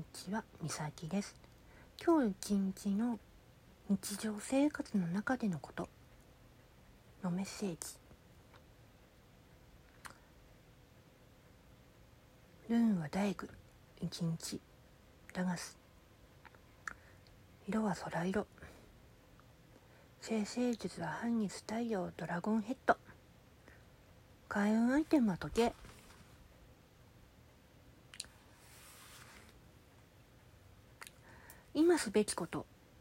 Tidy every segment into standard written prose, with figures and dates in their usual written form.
ちは、みさきです。今日一日の日常生活の中でのことのメッセージ。ルーンは大工、一日ラガス。色は空色。生成術は半月太陽ドラゴンヘッド。開運アイテムは時計。今すべきこと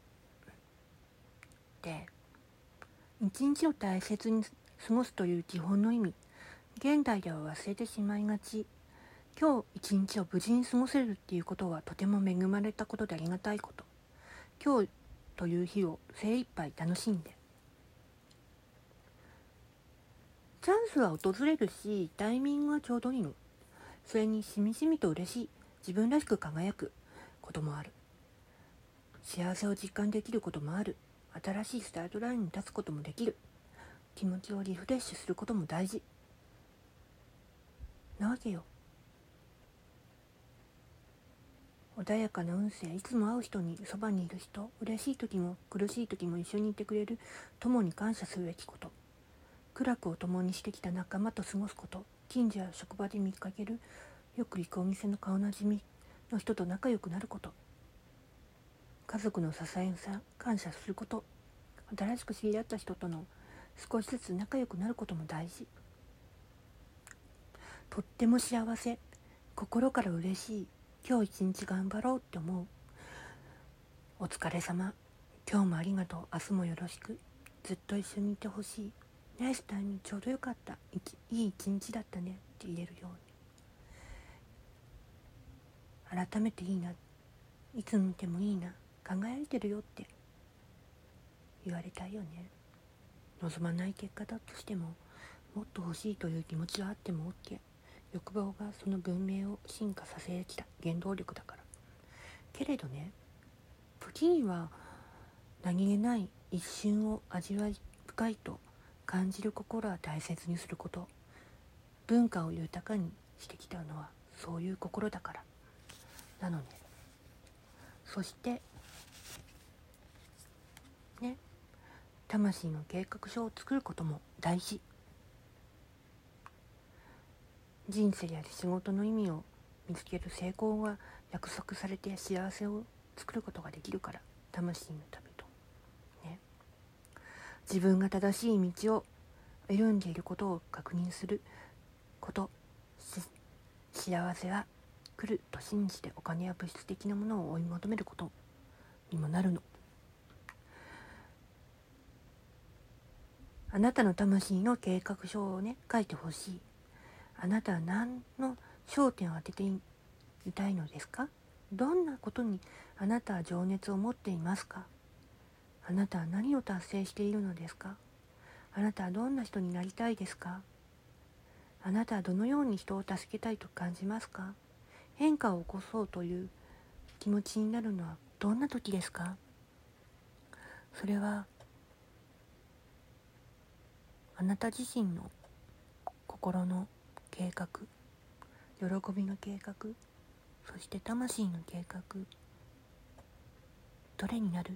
で、一日を大切に過ごすという基本の意味、現代では忘れてしまいがち。今日一日を無事に過ごせるっていうことはとても恵まれたことでありがたいこと。今日という日を精一杯楽しんで。チャンスは訪れるし、タイミングはちょうどいいの。それにしみじみと嬉しい、自分らしく輝くこともある。幸せを実感できることもある。新しいスタートラインに立つこともできる。気持ちをリフレッシュすることも大事なわけよ。穏やかな運勢、いつも会う人に、そばにいる人、嬉しい時も苦しい時も一緒にいてくれる友に感謝するべきこと。苦楽を共にしてきた仲間と過ごすこと。近所や職場で見かけるよく行くお店の顔なじみの人と仲良くなること。家族の支えに感謝すること。新しく知り合った人との少しずつ仲良くなることも大事。とっても幸せ、心から嬉しい、今日一日頑張ろうって思う。お疲れ様、今日もありがとう、明日もよろしく、ずっと一緒にいてほしい、ナイスタイミング、ちょうどよかった、いい一日だったねって言えるように。改めていいな、いつ見てもいいな、輝いてるよって言われたいよね。望まない結果だとしても、もっと欲しいという気持ちはあっても OK。 欲望がその文明を進化させてきた原動力だから。けれどね、時には何気ない一瞬を味わい深いと感じる心は大切にすること。文化を豊かにしてきたのはそういう心だからなのね。そしてね、魂の計画書を作ることも大事。人生や仕事の意味を見つける成功が約束されて幸せを作ることができるから。魂の旅とね、自分が正しい道を歩んでいることを確認すること。幸せは来ると信じてお金や物質的なものを追い求めることにもなるの。あなたの魂の計画書をね、書いてほしい。あなたは何の焦点を当てていたいのですか？どんなことにあなたは情熱を持っていますか？あなたは何を達成しているのですか？あなたはどんな人になりたいですか？あなたはどのように人を助けたいと感じますか？変化を起こそうという気持ちになるのはどんな時ですか？それはあなた自身の心の計画、喜びの計画、そして魂の計画、どれになる？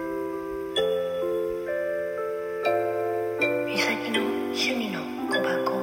美咲の趣味の小箱。